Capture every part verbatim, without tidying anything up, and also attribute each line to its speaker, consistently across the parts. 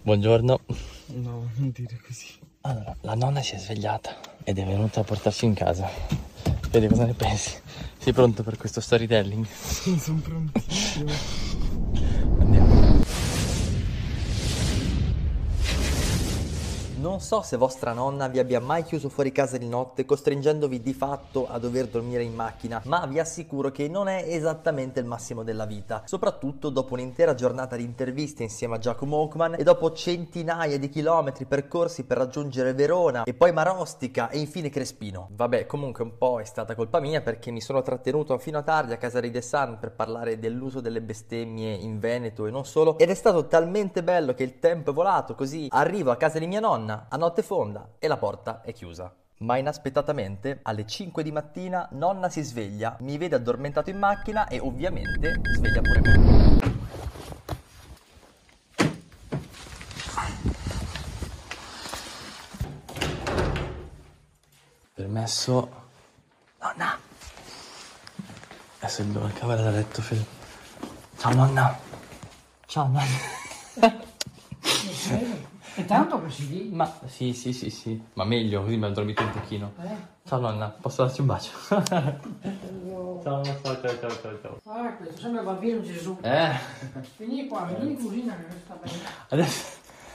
Speaker 1: Buongiorno.
Speaker 2: No, non dire così.
Speaker 1: Allora, la nonna si è svegliata ed è venuta a portarci in casa. Vedi cosa ne pensi? Sei pronto per questo storytelling?
Speaker 2: Sì, sono prontissimo.
Speaker 1: Andiamo.
Speaker 3: Non so se vostra nonna vi abbia mai chiuso fuori casa di notte costringendovi di fatto a dover dormire in macchina, ma vi assicuro che non è esattamente il massimo della vita, soprattutto dopo un'intera giornata di interviste insieme a Giacomo Oakman e dopo centinaia di chilometri percorsi per raggiungere Verona e poi Marostica e infine Crespino. Vabbè, comunque un po' è stata colpa mia perché mi sono trattenuto fino a tardi a casa di The Sun per parlare dell'uso delle bestemmie in Veneto e non solo, ed è stato talmente bello che il tempo è volato, così arrivo a casa di mia nonna a notte fonda e la porta è chiusa. Ma inaspettatamente, alle cinque di mattina, nonna si sveglia, mi vede addormentato in macchina e ovviamente sveglia pure me.
Speaker 1: Permesso. Nonna. Adesso devo cavare da letto, Fede. Ciao nonna. Ciao nonna.
Speaker 4: E tanto così lì?
Speaker 1: Ma sì, sì, sì, sì. Ma meglio, così mi ho dormito un pochino.
Speaker 4: Eh?
Speaker 1: Ciao nonna, posso darci un bacio? Ciao, ciao, ciao, ciao, ciao, ciao.
Speaker 4: Ah, questo sembra il bambino Gesù.
Speaker 1: Eh.
Speaker 4: Vieni qua, vieni in cucina che sta bene.
Speaker 1: Adesso.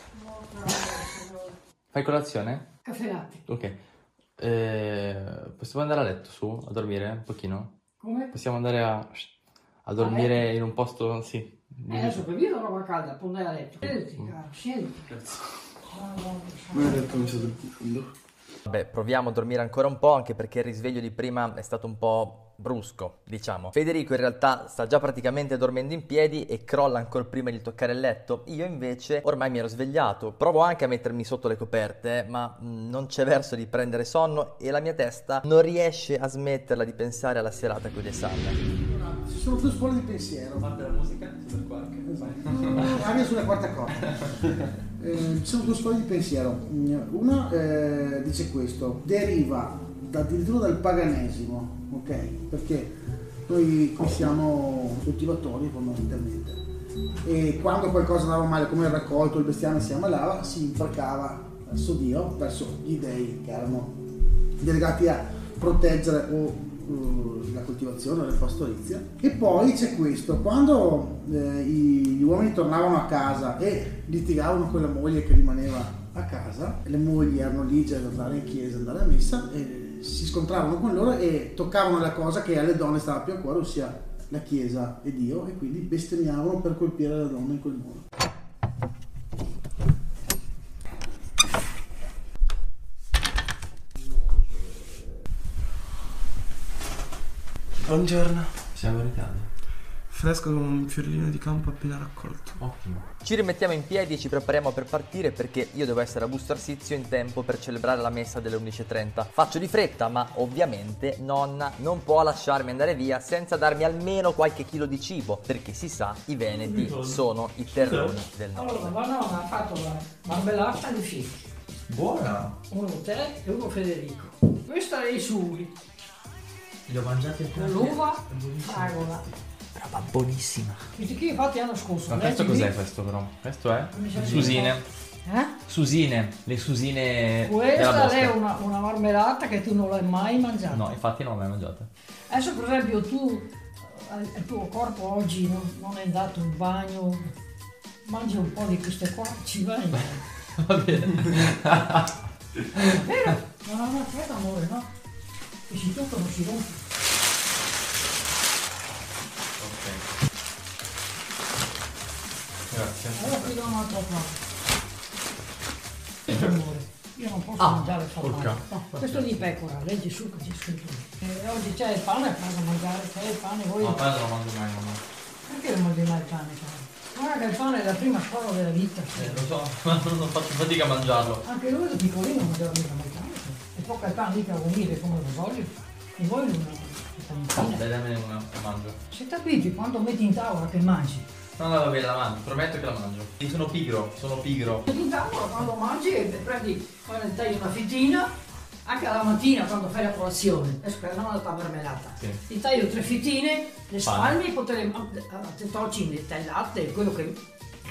Speaker 1: Fai colazione?
Speaker 4: Caffè latte.
Speaker 1: Ok. Eh, possiamo andare a letto su, a dormire un pochino?
Speaker 4: Come?
Speaker 1: Possiamo andare a, a dormire in un posto, sì.
Speaker 4: Eh, adesso per via la roba calda, pondere a letto. Siediti, caro, siediti.
Speaker 2: Ma in realtà mi sono dormendo.
Speaker 3: Vabbè, proviamo a dormire ancora un po', anche perché il risveglio di prima è stato un po' brusco, diciamo. Federico in realtà sta già praticamente dormendo in piedi e crolla ancora prima di toccare il letto. Io invece ormai mi ero svegliato. Provo anche a mettermi sotto le coperte, ma mh, non c'è verso di prendere sonno e la mia testa non riesce a smetterla di pensare alla serata con le Sun.
Speaker 5: Ci sono due scuole di pensiero.
Speaker 1: Parte la musica, super quark.
Speaker 5: Anche sulla quarta corda. Eh, ci sono due scuole di pensiero. Una eh, dice questo: deriva da, addirittura dal paganesimo, ok? Perché noi qui siamo coltivatori fondamentalmente. E quando qualcosa andava male, come il raccolto, il bestiame si ammalava, si imprecava verso Dio, verso gli dei che erano delegati a proteggere o la coltivazione o la pastorizia. E poi c'è questo: quando eh, gli uomini tornavano a casa e litigavano con la moglie che rimaneva a casa, e le mogli erano ligie ad andare in chiesa, andare a messa, e si scontravano con loro e toccavano la cosa che alle donne stava più a cuore, ossia la chiesa e Dio, e quindi bestemmiavano per colpire la donna in quel modo.
Speaker 2: Buongiorno.
Speaker 1: Siamo in ritardo.
Speaker 2: Fresco con un fiorellino di campo appena raccolto.
Speaker 1: Ottimo.
Speaker 3: Ci rimettiamo in piedi e ci prepariamo per partire perché io devo essere a Busto Arsizio in tempo per celebrare la messa delle undici e trenta. Faccio di fretta, ma ovviamente nonna non può lasciarmi andare via senza darmi almeno qualche chilo di cibo, perché si sa, i veneti sono i terroni del
Speaker 4: Allora,
Speaker 3: nord.
Speaker 4: la nonna ha fatto la marmellata di fichi.
Speaker 1: Buona.
Speaker 4: Uno te e uno Federico. Questa è i sughi.
Speaker 1: Li ho mangiati anche
Speaker 4: L'uva, fragola.
Speaker 3: Roba buonissima.
Speaker 4: Questi qui infatti hanno scorso.
Speaker 1: Ma questo cos'è questo però? Questo è?
Speaker 4: Come si
Speaker 1: Susine.
Speaker 4: Eh?
Speaker 1: Susine. Le susine della
Speaker 4: Questa
Speaker 1: bosca.
Speaker 4: è una, una marmellata che tu non l'hai mai mangiata.
Speaker 1: No, infatti non l'ho mai mangiata.
Speaker 4: Adesso per esempio tu, eh, il tuo corpo oggi non, non è andato in bagno, mangi un po' di queste qua, ci vai.
Speaker 1: Va bene.
Speaker 4: Vero? No, no, no, aspetta amore, no? Che si toccano, si rompe.
Speaker 1: Ok. Grazie.
Speaker 4: Allora ti do un altro plato. Amore, io non posso
Speaker 1: Ah,
Speaker 4: mangiare il formaggio.
Speaker 1: porca.
Speaker 4: No, questo è di pecora, leggi su che c'è scritto. E oggi c'è il pane a casa a mangiare, c'è il pane, voi...
Speaker 1: No, poi non lo mangio mai, mamma.
Speaker 4: Perché non mangi mai il pane, caro? Guarda che il pane è la prima scuola della vita.
Speaker 1: Eh, lo so, ma non faccio fatica a mangiarlo.
Speaker 4: Anche lui da piccolino non mangiava mica mai il pane. E tocca il pane mica a unire come lo voglio. E voi non
Speaker 1: Dai, dammi una, la mangio.
Speaker 4: se ti abitui quando metti in tavola che mangi.
Speaker 1: No, no, va bene, la mangio, prometto che la mangio. Io sono pigro, sono pigro.
Speaker 4: Metti in tavola quando mangi e prendi, poi ne tagli una fettina, anche alla mattina quando fai la colazione, adesso per non la marmellata.
Speaker 1: Sì.
Speaker 4: Ti taglio tre fettine, le
Speaker 1: Pane.
Speaker 4: spalmi, poi te le te tolci nel latte, quello che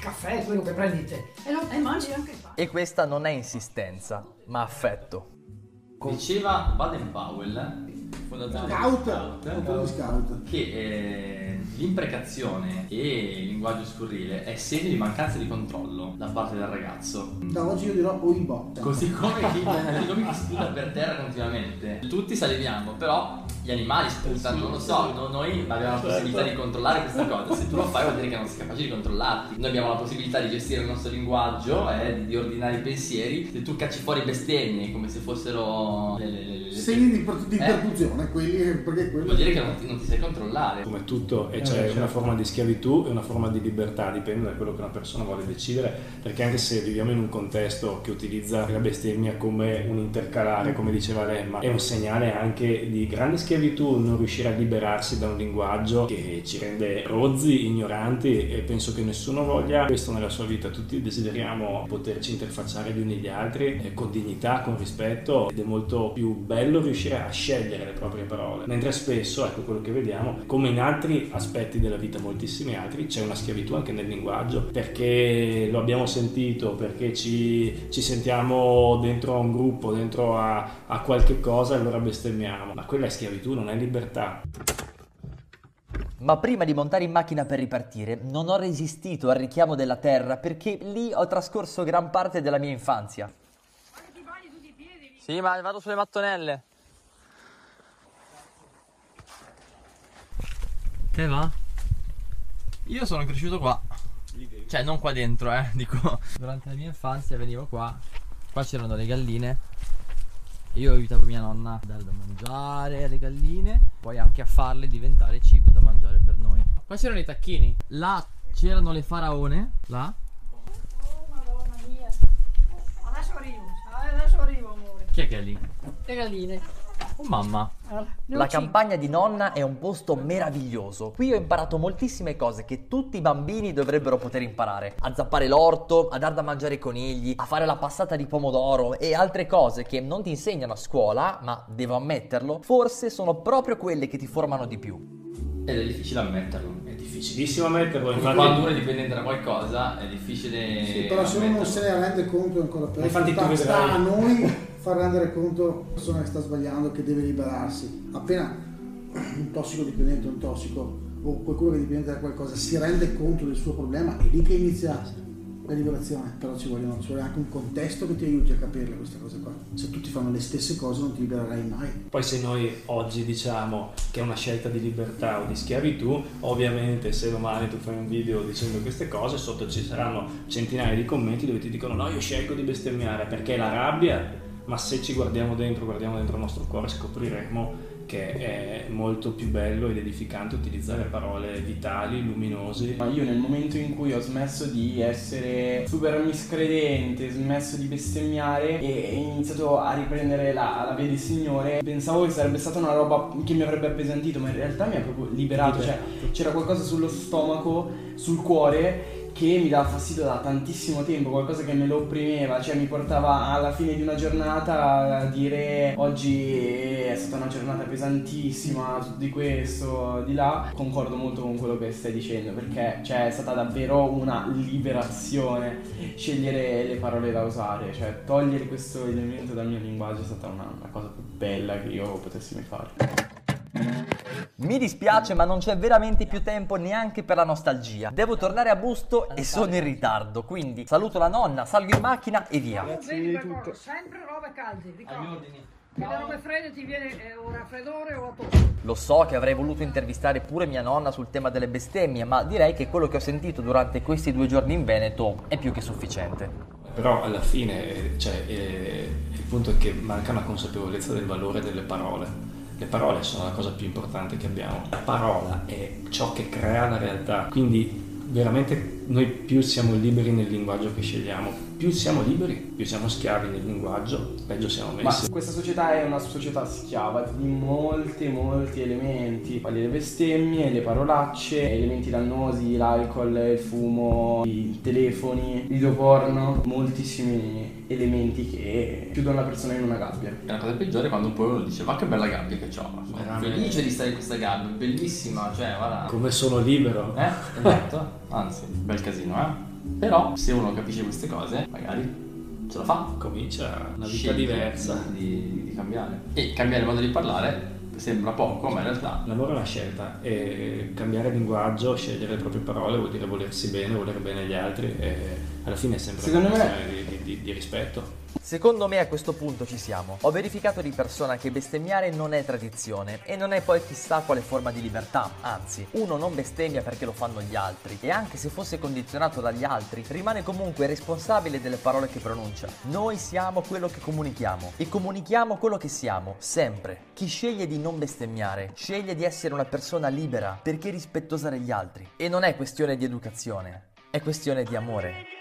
Speaker 4: caffè, quello che prendi te, e, lo, e mangi anche il pane.
Speaker 3: E questa non è insistenza, ma affetto.
Speaker 1: Diceva Baden-Powell, fondatore
Speaker 5: Scout,
Speaker 1: di
Speaker 5: un po' di
Speaker 1: Scout,
Speaker 5: scout.
Speaker 1: che eh, l'imprecazione e il linguaggio scurrile è segno di mancanza di controllo da parte del ragazzo.
Speaker 5: Da oggi io dirò oibò.
Speaker 1: Così come chi, così come chi sputa per terra continuamente. Tutti saliviamo, però gli animali sputano, non lo so, no- noi abbiamo la possibilità di controllare questa cosa. Se tu lo fai vuol dire che non sei capace di controllarti. Noi abbiamo la possibilità di gestire il nostro linguaggio, eh, di, di ordinare i pensieri. Se tu cacci fuori bestemmie come se fossero le, le, le, le-
Speaker 5: Segni di, per- di
Speaker 1: Eh?
Speaker 5: percussione, quelli, perché quelli.
Speaker 1: vuol dire che non ti, non ti sai controllare.
Speaker 6: Come tutto, e c'è una forma di schiavitù e una forma di libertà, dipende da quello che una persona vuole decidere, perché anche se viviamo in un contesto che utilizza la bestemmia come un intercalare, come diceva Lemma, è un segnale anche di grande schiavitù non riuscire a liberarsi da un linguaggio che ci rende rozzi, ignoranti, e penso che nessuno voglia questo nella sua vita. Tutti desideriamo poterci interfacciare gli uni gli altri eh, con dignità, con rispetto, ed è molto più bello riuscire a scegliere le proprie parole, mentre spesso, ecco quello che vediamo, come in altri aspetti della vita, moltissimi altri, c'è una schiavitù anche nel linguaggio, perché lo abbiamo sentito, perché ci, ci sentiamo dentro a un gruppo, dentro a, a qualche cosa, e allora bestemmiamo, ma quella è schiavitù, non è libertà.
Speaker 3: Ma prima di montare in macchina per ripartire, non ho resistito al richiamo della terra, perché lì ho trascorso gran parte della mia infanzia.
Speaker 1: Sì, ma vado sulle mattonelle. Te va? Io sono cresciuto qua. Cioè non qua dentro, eh, dico. Durante la mia infanzia venivo qua. Qua c'erano le galline. E io aiutavo mia nonna a dare da mangiare alle galline, poi anche a farle diventare cibo da mangiare per noi. Qua c'erano i tacchini. Là c'erano le faraone. Là.
Speaker 4: Oh madonna mia, adesso arrivo, adesso arrivo amore.
Speaker 1: Chi è che è lì?
Speaker 4: Le galline.
Speaker 1: Oh mamma.
Speaker 4: Allora, le
Speaker 3: La
Speaker 4: uccidi.
Speaker 3: campagna di nonna è un posto meraviglioso. Qui ho imparato moltissime cose che tutti i bambini dovrebbero poter imparare. A zappare l'orto, a dar da mangiare ai conigli, a fare la passata di pomodoro e altre cose che non ti insegnano a scuola, ma devo ammetterlo, forse sono proprio quelle che ti formano di più.
Speaker 1: Ed è difficile ammetterlo.
Speaker 6: È difficilissimo ammetterlo,
Speaker 1: Infatti,
Speaker 6: infatti,
Speaker 1: quando uno è dipendente da qualcosa è difficile.
Speaker 5: Sì, però se uno non
Speaker 1: ammetterlo.
Speaker 5: se ne rende conto è ancora peggio.
Speaker 6: Infatti tu
Speaker 5: sta,
Speaker 6: vedrai-
Speaker 5: sta a noi far rendere conto alla persona che sta sbagliando, che deve liberarsi. Appena un tossicodipendente, un tossico o qualcuno che è dipendente da qualcosa si rende conto del suo problema, è lì che inizia la liberazione. Però ci, vogliono, ci vuole anche un contesto che ti aiuti a capirle queste cose qua. Se tutti fanno le stesse cose non ti libererai mai.
Speaker 6: poi se noi oggi diciamo che è una scelta di libertà o di schiavitù, ovviamente se domani tu fai un video dicendo queste cose, sotto ci saranno centinaia di commenti dove ti dicono no, io scelgo di bestemmiare perché è la rabbia, ma se ci guardiamo dentro, guardiamo dentro il nostro cuore, scopriremo che è molto più bello ed edificante utilizzare parole vitali, luminose.
Speaker 7: Ma io nel momento in cui ho smesso di essere super miscredente, smesso di bestemmiare e ho iniziato a riprendere la, la via del Signore, pensavo che sarebbe stata una roba che mi avrebbe appesantito, ma in realtà mi ha proprio liberato, cioè c'era qualcosa sullo stomaco, sul cuore, che mi dava fastidio da tantissimo tempo, qualcosa che me lo opprimeva, cioè mi portava alla fine di una giornata a dire oggi è stata una giornata pesantissima, tutto di questo, di là. Concordo molto con quello che stai dicendo, perché cioè, è stata davvero una liberazione scegliere le parole da usare, cioè togliere questo elemento dal mio linguaggio è stata una, la cosa più bella che io potessi mai fare.
Speaker 3: Mi dispiace, ma non c'è veramente più tempo neanche per la nostalgia. Devo tornare a Busto e sono in ritardo, quindi saluto la nonna, salgo in macchina e via.
Speaker 4: Vedi una cosa, sempre robe calde, ricorda. Che le robe fredde ti viene eh, un raffreddore o la tosse.
Speaker 3: Lo so che avrei voluto intervistare pure mia nonna sul tema delle bestemmie, ma direi che quello che ho sentito durante questi due giorni in Veneto è più che sufficiente.
Speaker 6: Però alla fine cioè, eh, il punto è che manca una consapevolezza del valore delle parole. Le parole sono la cosa più importante che abbiamo. La parola è ciò che crea la realtà. Quindi veramente noi più siamo liberi nel linguaggio che scegliamo, più siamo liberi, più siamo schiavi nel linguaggio, peggio siamo messi.
Speaker 7: Ma questa società è una società schiava di molti, molti elementi. Le bestemmie, le parolacce, elementi dannosi, l'alcol, il fumo, i telefoni, l'idroporno, moltissimi elementi che chiudono la persona in una gabbia.
Speaker 1: E la cosa peggiore è quando poi uno dice ma che bella gabbia che ho, sono
Speaker 6: Veramente.
Speaker 1: felice di stare in questa gabbia, bellissima, cioè guarda.
Speaker 6: Come sono libero.
Speaker 1: Eh? Esatto, anzi, bel casino, eh? Però se uno capisce queste cose, magari ce la fa.
Speaker 6: Comincia una vita
Speaker 1: Sceglie
Speaker 6: diversa.
Speaker 1: Di, di cambiare. E cambiare il modo di parlare sembra poco, ma in realtà
Speaker 6: l'amore è una scelta e cambiare linguaggio, scegliere le proprie parole vuol dire volersi bene, voler bene agli altri e alla fine è sempre
Speaker 7: Secondo
Speaker 6: una
Speaker 7: me-
Speaker 6: questione di, di, di rispetto.
Speaker 3: Secondo me a questo punto ci siamo. Ho verificato di persona che bestemmiare non è tradizione e non è poi chissà quale forma di libertà, anzi, uno non bestemmia perché lo fanno gli altri e anche se fosse condizionato dagli altri, rimane comunque responsabile delle parole che pronuncia. Noi siamo quello che comunichiamo e comunichiamo quello che siamo, sempre. Chi sceglie di non bestemmiare, sceglie di essere una persona libera perché rispettosa degli altri. E non è questione di educazione, è questione di amore.